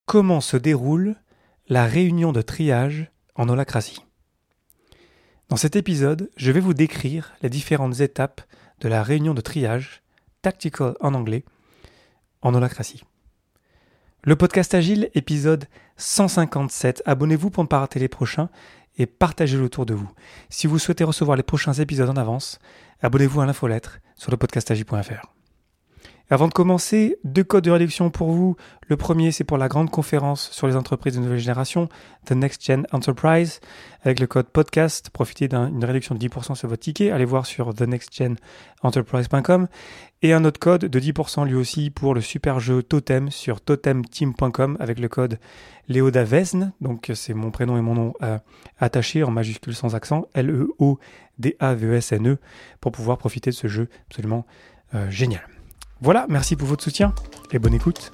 Comment se déroule la réunion de triage en holacratie? Dans cet épisode, je vais vous décrire les différentes étapes de la réunion de triage, tactical en anglais, en holacratie. Le podcast Agile, épisode 157. Abonnez-vous pour ne pas rater les prochains et partagez-le autour de vous. Si vous souhaitez recevoir les prochains épisodes en avance, abonnez-vous à l'infolettre sur le podcastagile.fr. Avant de commencer, 2 codes de réduction pour vous. Le premier, c'est pour la grande conférence sur les entreprises de nouvelle génération, The Next Gen Enterprise. Avec le code podcast, profitez d'une réduction de 10% sur votre ticket. Allez voir sur thenextgenenterprise.com. Et un autre code de 10% lui aussi pour le super jeu Totem sur totemteam.com avec le code Leodavesne. Donc c'est mon prénom et mon nom attachés en majuscule sans accent, Leodavesne, pour pouvoir profiter de ce jeu absolument génial. Voilà, merci pour votre soutien et bonne écoute.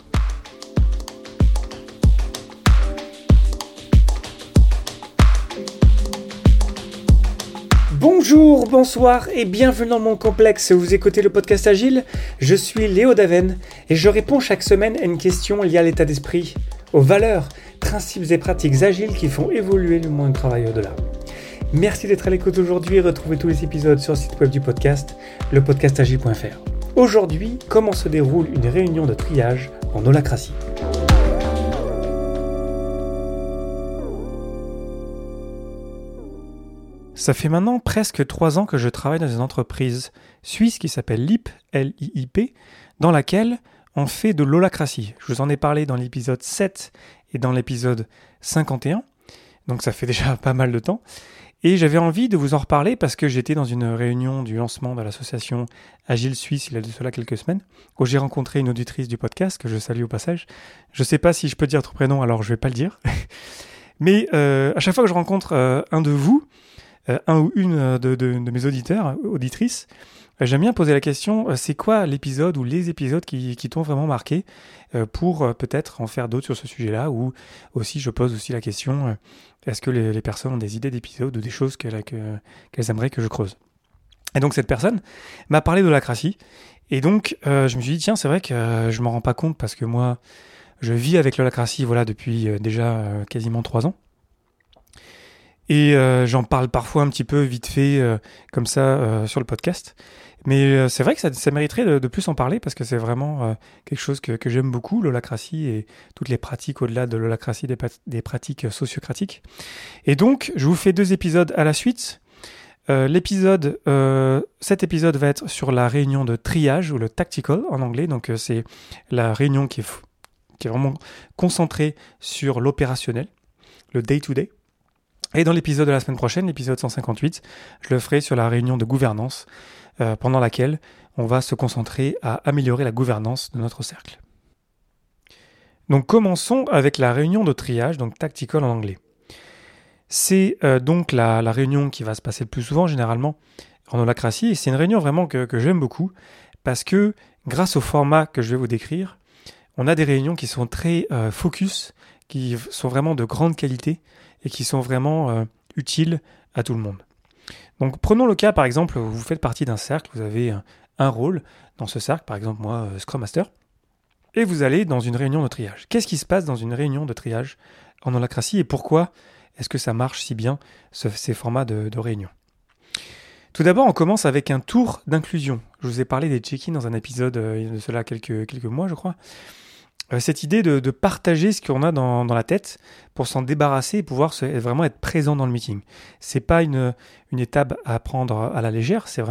Bonjour, bonsoir et bienvenue dans mon complexe. Vous écoutez le podcast Agile, je suis Léo Daven et je réponds chaque semaine à une question liée à l'état d'esprit, aux valeurs, principes et pratiques agiles qui font évoluer le monde du travail au-delà. Merci d'être à l'écoute aujourd'hui et retrouvez tous les épisodes sur le site web du podcast, lepodcastagile.fr. Aujourd'hui, comment se déroule une réunion de triage en holacratie? Ça fait maintenant presque 3 ans que je travaille dans une entreprise suisse qui s'appelle LIP, L-I-I-P, dans laquelle on fait de l'holacratie. Je vous en ai parlé dans l'épisode 7 et dans l'épisode 51, donc ça fait déjà pas mal de temps. Et j'avais envie de vous en reparler parce que j'étais dans une réunion du lancement de l'association Agile Suisse il y a de cela quelques semaines, où j'ai rencontré une auditrice du podcast, que je salue au passage. Je ne sais pas si je peux dire ton prénom, alors je ne vais pas le dire. Mais à chaque fois que je rencontre un de vous, un ou une de mes auditeurs, auditrices, j'aime bien poser la question, c'est quoi l'épisode ou les épisodes qui t'ont vraiment marqué pour peut-être en faire d'autres sur ce sujet-là, ou aussi je pose aussi la question, est-ce que les personnes ont des idées d'épisodes ou des choses qu'elles aimeraient que je creuse? Et donc cette personne m'a parlé de l'holacratie, et donc je me suis dit, tiens, c'est vrai que je m'en rends pas compte parce que moi, je vis avec l'holacratie depuis déjà quasiment 3 ans. Et j'en parle parfois un petit peu vite fait comme ça sur le podcast. Mais c'est vrai que ça mériterait de plus en parler parce que c'est vraiment quelque chose que j'aime beaucoup, l'holacratie et toutes les pratiques au-delà de l'holacratie, des pratiques sociocratiques. Et donc, je vous fais 2 épisodes à la suite. Cet épisode va être sur la réunion de triage ou le tactical en anglais. Donc c'est la réunion qui est vraiment concentrée sur l'opérationnel, le day-to-day. Et dans l'épisode de la semaine prochaine, l'épisode 158, je le ferai sur la réunion de gouvernance, pendant laquelle on va se concentrer à améliorer la gouvernance de notre cercle. Donc commençons avec la réunion de triage, donc tactical en anglais. C'est donc la réunion qui va se passer le plus souvent, généralement, en holacratie, et c'est une réunion vraiment que j'aime beaucoup, parce que grâce au format que je vais vous décrire, on a des réunions qui sont très focus, qui sont vraiment de grande qualité, et qui sont vraiment utiles à tout le monde. Donc prenons le cas, par exemple, vous faites partie d'un cercle, vous avez un rôle dans ce cercle, par exemple moi, Scrum Master, et vous allez dans une réunion de triage. Qu'est-ce qui se passe dans une réunion de triage en holacratie et pourquoi est-ce que ça marche si bien, ces formats de réunion? Tout d'abord, on commence avec un tour d'inclusion. Je vous ai parlé des check-in dans un épisode de cela quelques mois, je crois. Cette idée de partager ce qu'on a dans la tête pour s'en débarrasser et pouvoir vraiment être présent dans le meeting. C'est pas une étape à prendre à la légère, ce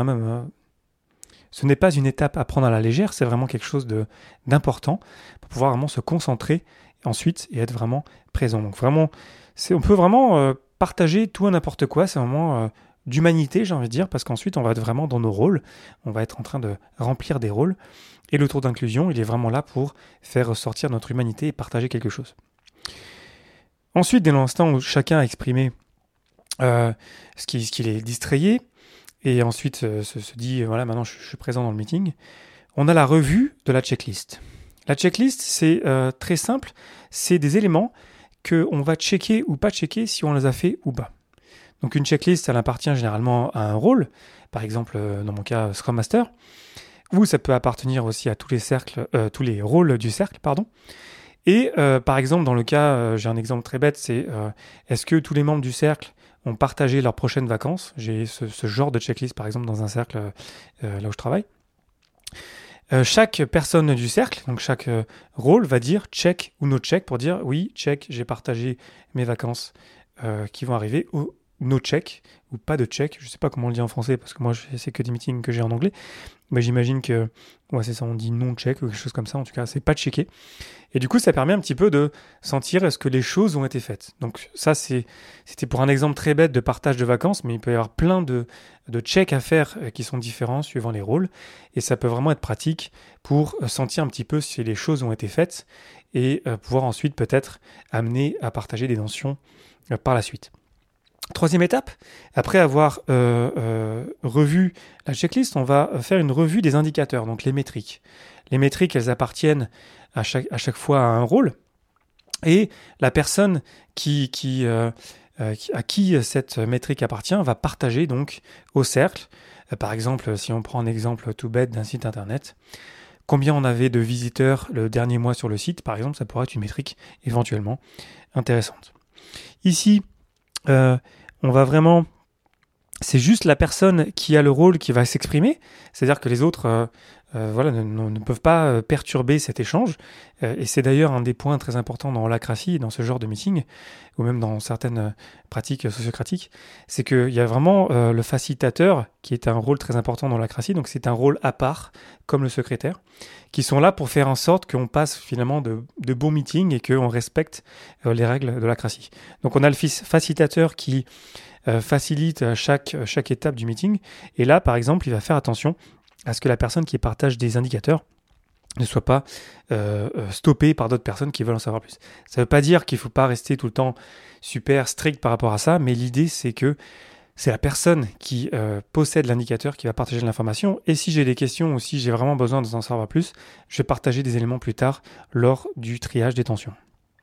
n'est pas une étape à prendre à la légère, c'est vraiment quelque chose d'important pour pouvoir vraiment se concentrer ensuite et être vraiment présent. Donc vraiment, on peut vraiment partager tout et n'importe quoi, c'est vraiment d'humanité, j'ai envie de dire, parce qu'ensuite on va être vraiment dans nos rôles, on va être en train de remplir des rôles. Et le tour d'inclusion, il est vraiment là pour faire ressortir notre humanité et partager quelque chose. Ensuite, dès l'instant où chacun a exprimé ce qu'il est distrayé, et ensuite se dit, voilà, maintenant je suis présent dans le meeting, on a la revue de la checklist. La checklist, c'est très simple, c'est des éléments qu'on va checker ou pas checker si on les a fait ou pas. Donc une checklist, elle appartient généralement à un rôle, par exemple, dans mon cas, Scrum Master, ou ça peut appartenir aussi à tous les rôles du cercle, pardon. Et par exemple, dans le cas, j'ai un exemple très bête, c'est est-ce que tous les membres du cercle ont partagé leurs prochaines vacances? J'ai ce genre de checklist, par exemple, dans un cercle là où je travaille. Chaque personne du cercle, donc chaque rôle, va dire check ou no check pour dire oui, check, j'ai partagé mes vacances qui vont arriver, ou no check, ou pas de check. Je sais pas comment on le dit en français parce que moi, c'est que des meetings que j'ai en anglais. Mais j'imagine que c'est ça, on dit non check ou quelque chose comme ça. En tout cas, c'est pas checké. Et du coup, ça permet un petit peu de sentir est-ce que les choses ont été faites. Donc ça, c'était pour un exemple très bête de partage de vacances, mais il peut y avoir plein de checks à faire qui sont différents suivant les rôles. Et ça peut vraiment être pratique pour sentir un petit peu si les choses ont été faites et pouvoir ensuite peut-être amener à partager des notions par la suite. Troisième étape, après avoir revu la checklist, on va faire une revue des indicateurs, donc les métriques. Les métriques, elles appartiennent à chaque fois à un rôle. Et la personne à qui cette métrique appartient va partager donc au cercle. Par exemple, si on prend un exemple tout bête d'un site internet, combien on avait de visiteurs le dernier mois sur le site, par exemple, ça pourrait être une métrique éventuellement intéressante. Ici, on va vraiment... C'est juste la personne qui a le rôle qui va s'exprimer, c'est-à-dire que les autres ne peuvent pas perturber cet échange. Et c'est d'ailleurs un des points très importants dans l'holacratie, dans ce genre de meeting, ou même dans certaines pratiques sociocratiques, c'est qu'il y a vraiment le facilitateur, qui est un rôle très important dans l'holacratie, donc c'est un rôle à part, comme le secrétaire, qui sont là pour faire en sorte qu'on passe finalement de bons meetings et qu'on respecte les règles de l'holacratie. Donc on a le facilitateur qui facilite chaque étape du meeting, et là par exemple il va faire attention à ce que la personne qui partage des indicateurs ne soit pas stoppée par d'autres personnes qui veulent en savoir plus. Ça ne veut pas dire qu'il ne faut pas rester tout le temps super strict par rapport à ça, mais l'idée c'est que c'est la personne qui possède l'indicateur qui va partager de l'information, et si j'ai des questions ou si j'ai vraiment besoin d'en savoir plus, je vais partager des éléments plus tard lors du triage des tensions.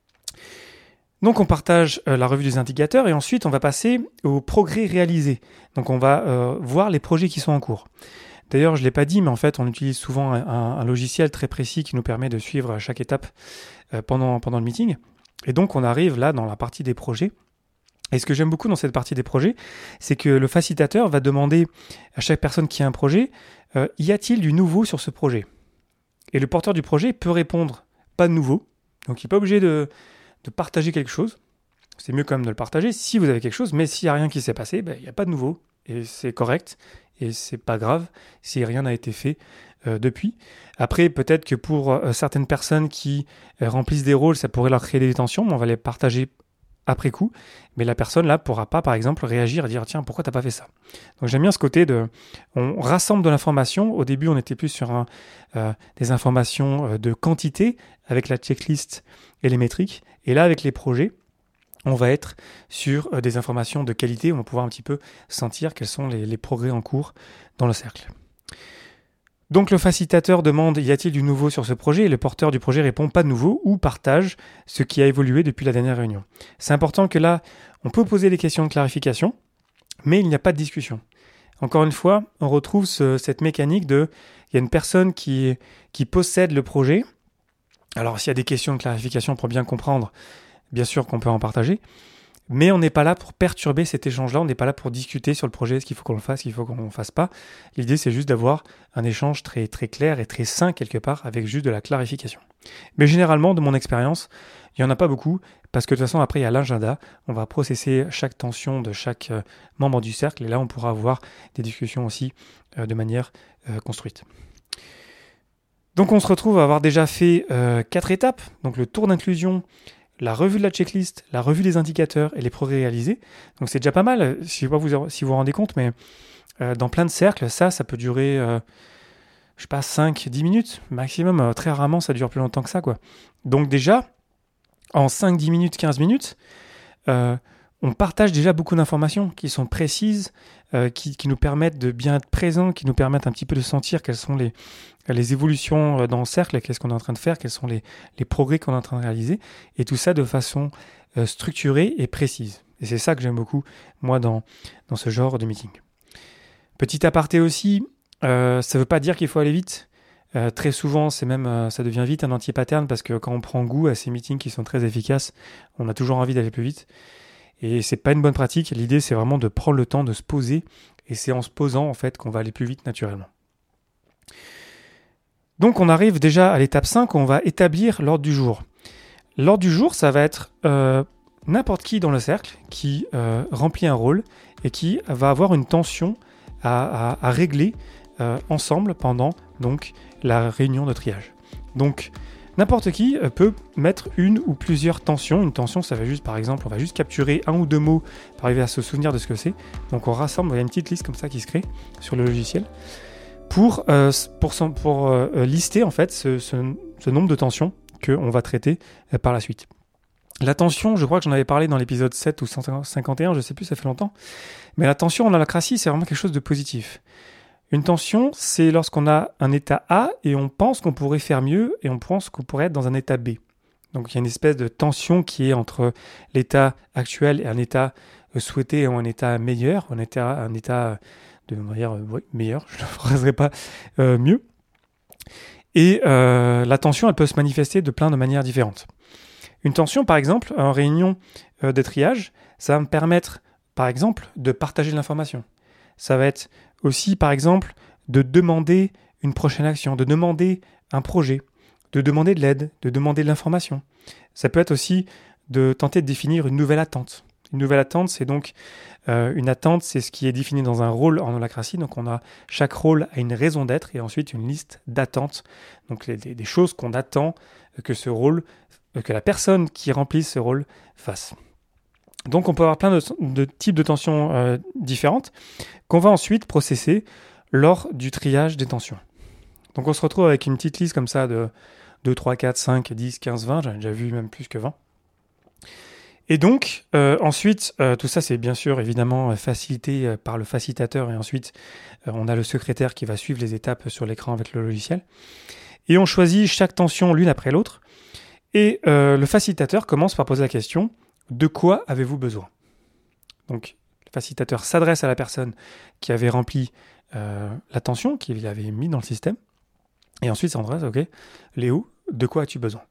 Donc on partage la revue des indicateurs et ensuite on va passer aux progrès réalisés. Donc on va voir les projets qui sont en cours. D'ailleurs, je ne l'ai pas dit, mais en fait on utilise souvent un logiciel très précis qui nous permet de suivre chaque étape pendant le meeting. Et donc on arrive là dans la partie des projets. Et ce que j'aime beaucoup dans cette partie des projets, c'est que le facilitateur va demander à chaque personne qui a un projet, y a-t-il du nouveau sur ce projet? Et le porteur du projet peut répondre, pas de nouveau. Donc il n'est pas obligé de partager quelque chose. C'est mieux quand même de le partager si vous avez quelque chose, mais s'il n'y a rien qui s'est passé, il n'y a pas de nouveau. Et c'est correct, et c'est pas grave si rien n'a été fait depuis. Après, peut-être que pour certaines personnes qui remplissent des rôles, ça pourrait leur créer des tensions, mais on va les partager après coup. Mais la personne là pourra pas, par exemple, réagir et dire tiens, pourquoi t'as pas fait ça? Donc j'aime bien ce côté on rassemble de l'information. Au début, on était plus sur des informations de quantité avec la checklist et les métriques. Et là, avec les projets, on va être sur des informations de qualité. On va pouvoir un petit peu sentir quels sont les progrès en cours dans le cercle. Donc le facilitateur demande y a-t-il du nouveau sur ce projet, et le porteur du projet répond pas de nouveau ou partage ce qui a évolué depuis la dernière réunion. C'est important que là, on peut poser des questions de clarification, mais il n'y a pas de discussion. Encore une fois, on retrouve cette mécanique il y a une personne qui possède le projet. Alors s'il y a des questions de clarification pour bien comprendre, bien sûr qu'on peut en partager, mais on n'est pas là pour perturber cet échange-là, on n'est pas là pour discuter sur le projet, ce qu'il faut qu'on le fasse, ce qu'il faut qu'on ne fasse pas. L'idée, c'est juste d'avoir un échange très, très clair et très sain quelque part, avec juste de la clarification. Mais généralement, de mon expérience, il n'y en a pas beaucoup, parce que de toute façon, après, il y a l'agenda, on va processer chaque tension de chaque membre du cercle, et là, on pourra avoir des discussions aussi de manière construite. Donc, on se retrouve à avoir déjà fait 4 étapes, donc le tour d'inclusion, la revue de la checklist, la revue des indicateurs et les progrès réalisés. Donc c'est déjà pas mal, si vous vous rendez compte, mais dans plein de cercles, ça peut durer, 5-10 minutes maximum. Très rarement, ça dure plus longtemps que ça, quoi. Donc déjà, en 5-10 minutes, 15 minutes, on partage déjà beaucoup d'informations qui sont précises, qui nous permettent de bien être présents, qui nous permettent un petit peu de sentir quelles sont les évolutions dans le cercle, qu'est-ce qu'on est en train de faire, quels sont les progrès qu'on est en train de réaliser, et tout ça de façon structurée et précise. Et c'est ça que j'aime beaucoup, moi, dans ce genre de meeting. Petit aparté aussi, ça ne veut pas dire qu'il faut aller vite. Très souvent, c'est même, ça devient vite un anti-pattern parce que quand on prend goût à ces meetings qui sont très efficaces, on a toujours envie d'aller plus vite. Et c'est pas une bonne pratique. L'idée, c'est vraiment de prendre le temps de se poser. Et c'est en se posant, en fait, qu'on va aller plus vite naturellement. Donc, on arrive déjà à l'étape 5 où on va établir l'ordre du jour. L'ordre du jour, ça va être n'importe qui dans le cercle qui remplit un rôle et qui va avoir une tension à régler ensemble pendant donc la réunion de triage. Donc, n'importe qui peut mettre une ou plusieurs tensions. Une tension, ça va juste, par exemple, on va juste capturer un ou deux mots pour arriver à se souvenir de ce que c'est. Donc, on rassemble, il y a une petite liste comme ça qui se crée sur le logiciel pour lister en fait ce nombre de tensions qu'on va traiter par la suite. La tension, je crois que j'en avais parlé dans l'épisode 7 ou 151, je ne sais plus, ça fait longtemps. Mais la tension en holacratie, c'est vraiment quelque chose de positif. Une tension, c'est lorsqu'on a un état A et on pense qu'on pourrait faire mieux et on pense qu'on pourrait être dans un état B. Donc il y a une espèce de tension qui est entre l'état actuel et un état souhaité ou un état meilleur, un état de manière meilleur, je ne phraserai pas mieux. Et la tension, elle peut se manifester de plein de manières différentes. Une tension, par exemple, en réunion de triage, ça va me permettre, par exemple, de partager de l'information. Ça va être aussi, par exemple, de demander une prochaine action, de demander un projet, de demander de l'aide, de demander de l'information. Ça peut être aussi de tenter de définir une nouvelle attente. Une nouvelle attente, c'est donc une attente, c'est ce qui est défini dans un rôle en holacratie. Donc chaque rôle a une raison d'être et ensuite une liste d'attentes. Donc des choses qu'on attend que ce rôle, que la personne qui remplit ce rôle fasse. Donc on peut avoir plein de types de tensions différentes qu'on va ensuite processer lors du triage des tensions. Donc on se retrouve avec une petite liste comme ça de 2, 3, 4, 5, 10, 15, 20, j'en ai déjà vu même plus que 20. Et donc ensuite, tout ça c'est bien sûr évidemment facilité par le facilitateur et ensuite on a le secrétaire qui va suivre les étapes sur l'écran avec le logiciel. Et on choisit chaque tension l'une après l'autre et le facilitateur commence par poser la question: de quoi avez-vous besoin? Donc, le facilitateur s'adresse à la personne qui avait rempli la tension, qu'il avait mis dans le système. Et ensuite, s'adresse, ok, Léo, de quoi as-tu besoin?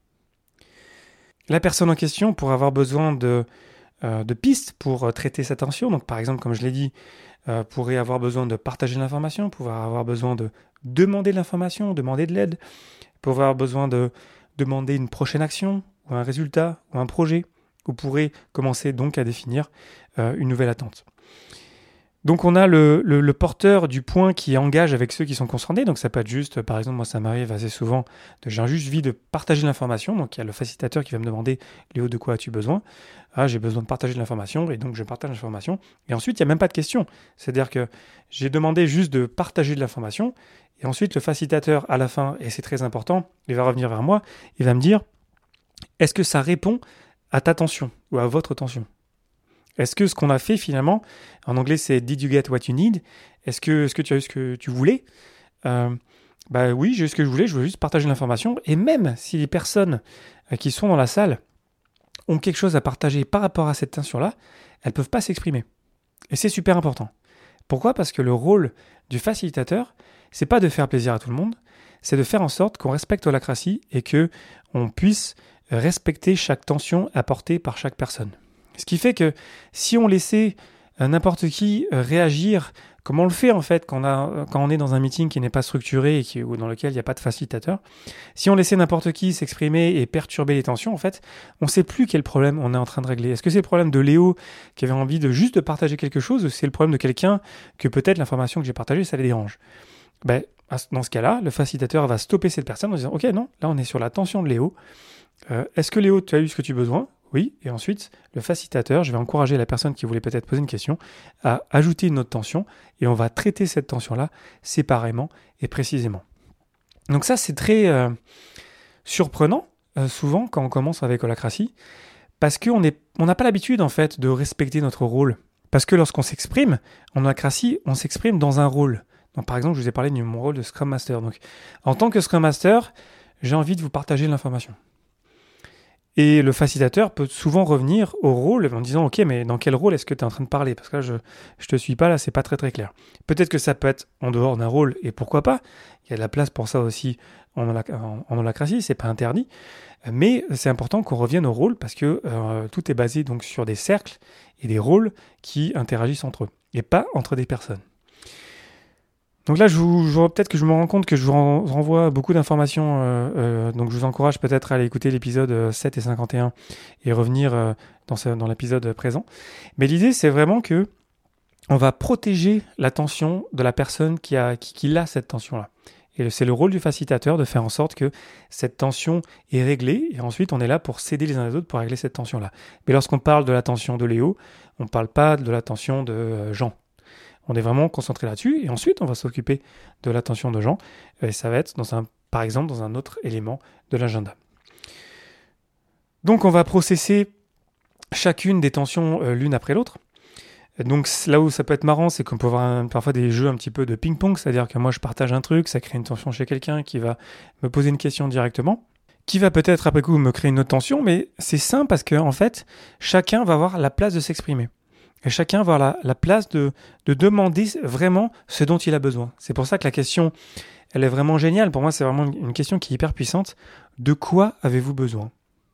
La personne en question pourrait avoir besoin de pistes pour traiter sa tension. Donc, par exemple, comme je l'ai dit, pourrait avoir besoin de partager de l'information, pourrait avoir besoin de demander de l'information, demander de l'aide, pourrait avoir besoin de demander une prochaine action, ou un résultat, ou un projet. Vous pourrez commencer donc à définir une nouvelle attente. Donc on a le porteur du point qui engage avec ceux qui sont concernés. Donc ça peut être juste, par exemple, moi ça m'arrive assez souvent, j'ai juste envie de partager l'information. Donc il y a le facilitateur qui va me demander: Léo, de quoi as-tu besoin? Ah, j'ai besoin de partager de l'information et donc je partage l'information. Et ensuite il n'y a même pas de question. C'est-à-dire que j'ai demandé juste de partager de l'information et ensuite le facilitateur à la fin, et c'est très important, il va revenir vers moi, il va me dire: est-ce que ça répond à ta tension ou à votre tension? Est-ce que ce qu'on a fait finalement, en anglais c'est Did you get what you need? Est-ce que tu as eu ce que tu voulais? Oui, j'ai eu ce que je voulais juste partager l'information. Et même si les personnes qui sont dans la salle ont quelque chose à partager par rapport à cette tension-là, elles ne peuvent pas s'exprimer. Et c'est super important. Pourquoi? Parce que le rôle du facilitateur, c'est pas de faire plaisir à tout le monde, c'est de faire en sorte qu'on respecte l'holacratie et qu'on puisse respecter chaque tension apportée par chaque personne. Ce qui fait que si on laissait n'importe qui réagir comme on le fait en fait quand on est dans un meeting qui n'est pas structuré ou dans lequel il n'y a pas de facilitateur, si on laissait n'importe qui s'exprimer et perturber les tensions, en fait, on ne sait plus quel problème on est en train de régler. Est-ce que c'est le problème de Léo qui avait envie de juste partager quelque chose, ou c'est le problème de quelqu'un que peut-être l'information que j'ai partagée, ça les dérange? Dans ce cas-là, le facilitateur va stopper cette personne en disant: ok, non, là on est sur la tension de Léo. Est-ce que Léo, tu as eu ce que tu as besoin? Oui. Et ensuite, le facilitateur, je vais encourager la personne qui voulait peut-être poser une question à ajouter une autre tension et on va traiter cette tension-là séparément et précisément. Donc ça, c'est très surprenant, souvent, quand on commence avec holacratie, parce qu'on n'a pas l'habitude, en fait, de respecter notre rôle. Parce que lorsqu'on s'exprime, en holacratie, on s'exprime dans un rôle. Donc, par exemple, je vous ai parlé de mon rôle de Scrum Master. Donc, en tant que Scrum Master, j'ai envie de vous partager l'information. Et le facilitateur peut souvent revenir au rôle en disant « Ok, mais dans quel rôle est-ce que tu es en train de parler ?» Parce que là, je te suis pas, là, c'est pas très très clair. Peut-être que ça peut être en dehors d'un rôle, et pourquoi pas. Il y a de la place pour ça aussi en holacratie, c'est pas interdit. Mais c'est important qu'on revienne au rôle parce que tout est basé donc sur des cercles et des rôles qui interagissent entre eux, et pas entre des personnes. Donc là, peut-être que je me rends compte que je vous renvoie beaucoup d'informations, donc je vous encourage peut-être à aller écouter l'épisode 7 et 51 et revenir dans l'épisode présent. Mais l'idée, c'est vraiment que on va protéger l'attention de la personne qui a cette tension-là. Et c'est le rôle du facilitateur de faire en sorte que cette tension est réglée, et ensuite on est là pour s'aider les uns les autres pour régler cette tension-là. Mais lorsqu'on parle de l'attention de Léo, on ne parle pas de l'attention de Jean. On est vraiment concentré là-dessus, et ensuite on va s'occuper de l'attention de Jean, et ça va être par exemple dans un autre élément de l'agenda. Donc on va processer chacune des tensions l'une après l'autre. Donc là où ça peut être marrant, c'est qu'on peut avoir parfois des jeux un petit peu de ping-pong, c'est-à-dire que moi je partage un truc, ça crée une tension chez quelqu'un qui va me poser une question directement, qui va peut-être après coup me créer une autre tension, mais c'est simple parce que en fait, chacun va avoir la place de s'exprimer. Et chacun va avoir la place de demander vraiment ce dont il a besoin. C'est pour ça que la question, elle est vraiment géniale. Pour moi, c'est vraiment une question qui est hyper puissante. De quoi avez-vous besoin?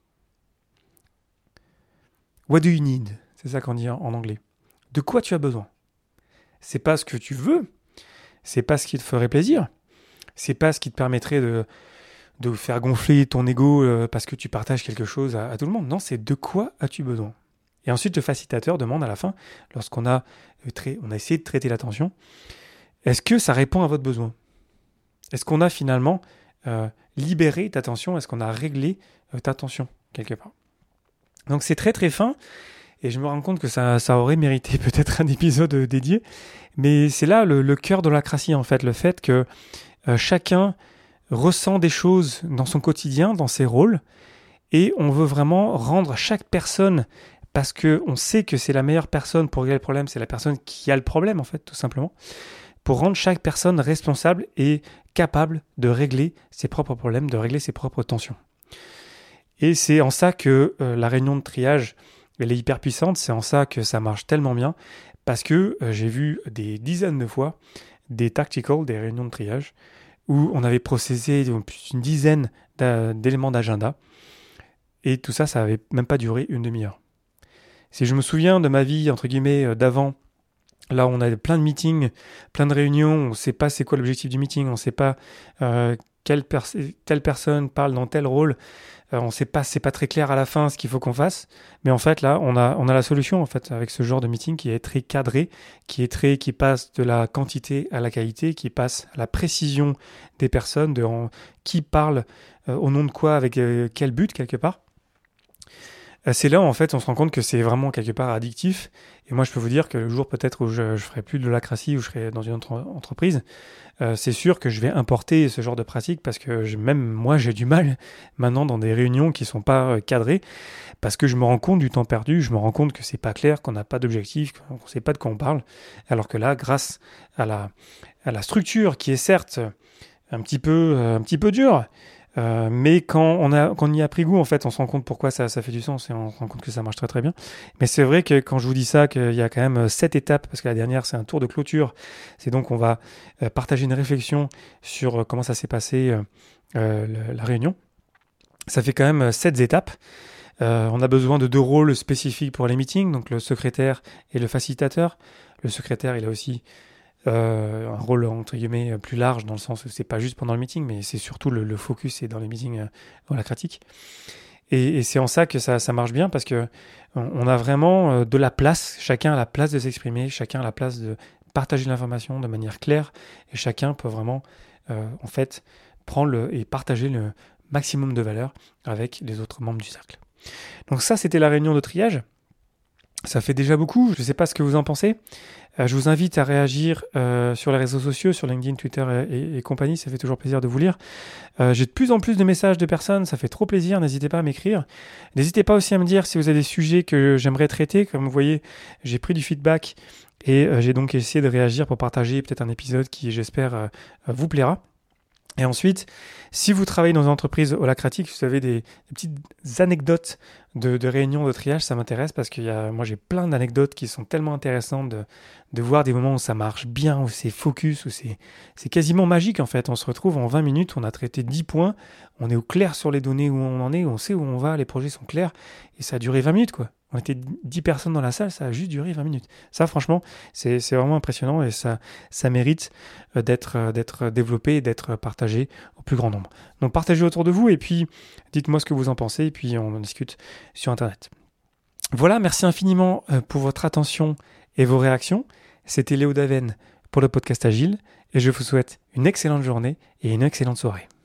What do you need? C'est ça qu'on dit en anglais. De quoi tu as besoin? C'est pas ce que tu veux, c'est pas ce qui te ferait plaisir, c'est pas ce qui te permettrait de faire gonfler ton ego parce que tu partages quelque chose à tout le monde. Non, c'est de quoi as-tu besoin? Et ensuite, le facilitateur demande à la fin, lorsqu'on a essayé de traiter la tension, est-ce que ça répond à votre besoin? Est-ce qu'on a finalement libéré ta tension? Est-ce qu'on a réglé ta tension quelque part? Donc c'est très très fin, et je me rends compte que ça aurait mérité peut-être un épisode dédié, mais c'est là le cœur de l'holacratie en fait, le fait que chacun ressent des choses dans son quotidien, dans ses rôles, et on veut vraiment rendre chaque personne, parce qu'on sait que c'est la meilleure personne pour régler le problème, c'est la personne qui a le problème en fait, tout simplement, pour rendre chaque personne responsable et capable de régler ses propres problèmes, de régler ses propres tensions. Et c'est en ça que la réunion de triage, elle est hyper puissante, c'est en ça que ça marche tellement bien, parce que j'ai vu des dizaines de fois des tacticals, des réunions de triage, où on avait processé une dizaine d'éléments d'agenda, et tout ça, ça n'avait même pas duré une demi-heure. Si je me souviens de ma vie, entre guillemets, d'avant, là on a plein de meetings, plein de réunions, on ne sait pas c'est quoi l'objectif du meeting, on ne sait pas telle personne parle dans tel rôle, on ne sait pas, c'est pas très clair à la fin ce qu'il faut qu'on fasse, mais en fait là on a la solution en fait avec ce genre de meeting qui est très cadré, qui passe de la quantité à la qualité, qui passe à la précision des personnes, qui parle au nom de quoi, avec quel but quelque part. C'est là où en fait on se rend compte que c'est vraiment quelque part addictif. Et moi je peux vous dire que le jour peut-être où je ferai plus de l'holacratie, où je serai dans une autre entreprise, c'est sûr que je vais importer ce genre de pratique, parce que même moi j'ai du mal maintenant dans des réunions qui sont pas cadrées, parce que je me rends compte du temps perdu, je me rends compte que c'est pas clair, qu'on n'a pas d'objectif, qu'on ne sait pas de quoi on parle. Alors que là, grâce à la structure qui est certes un petit peu dure, mais quand on y a pris goût, en fait, on se rend compte pourquoi ça fait du sens, et on se rend compte que ça marche très très bien. Mais c'est vrai que quand je vous dis ça, qu'il y a quand même 7 étapes, parce que la dernière c'est un tour de clôture, c'est donc on va partager une réflexion sur comment ça s'est passé la réunion. Ça fait quand même 7 étapes. On a besoin de 2 rôles spécifiques pour les meetings, donc le secrétaire et le facilitateur. Le secrétaire, il a aussi un rôle entre guillemets plus large, dans le sens où c'est pas juste pendant le meeting, mais c'est surtout le focus est dans les meetings holacratiques. Et c'est en ça que ça marche bien, parce que on a vraiment de la place, chacun a la place de s'exprimer, chacun a la place de partager l'information de manière claire, et chacun peut vraiment en fait prendre et partager le maximum de valeur avec les autres membres du cercle. Donc ça, c'était la réunion de triage. Ça fait déjà beaucoup, je ne sais pas ce que vous en pensez. Je vous invite à réagir sur les réseaux sociaux, sur LinkedIn, Twitter et compagnie, ça fait toujours plaisir de vous lire. J'ai de plus en plus de messages de personnes, ça fait trop plaisir, n'hésitez pas à m'écrire. N'hésitez pas aussi à me dire si vous avez des sujets que j'aimerais traiter. Comme vous voyez, j'ai pris du feedback et j'ai donc essayé de réagir pour partager peut-être un épisode qui, j'espère, vous plaira. Et ensuite, si vous travaillez dans une entreprise holacratique, vous avez des petites anecdotes de réunions de triage, ça m'intéresse parce que moi j'ai plein d'anecdotes qui sont tellement intéressantes de voir des moments où ça marche bien, où c'est focus, où c'est quasiment magique en fait. On se retrouve en 20 minutes, on a traité 10 points, on est au clair sur les données où on en est, on sait où on va, les projets sont clairs, et ça a duré 20 minutes quoi. On était 10 personnes dans la salle, ça a juste duré 20 minutes. Ça franchement, c'est vraiment impressionnant et ça mérite d'être développé et d'être partagé au plus grand nombre. Donc partagez autour de vous et puis dites-moi ce que vous en pensez et puis on en discute sur Internet. Voilà, merci infiniment pour votre attention et vos réactions. C'était Léo Daven pour le podcast Agile et je vous souhaite une excellente journée et une excellente soirée.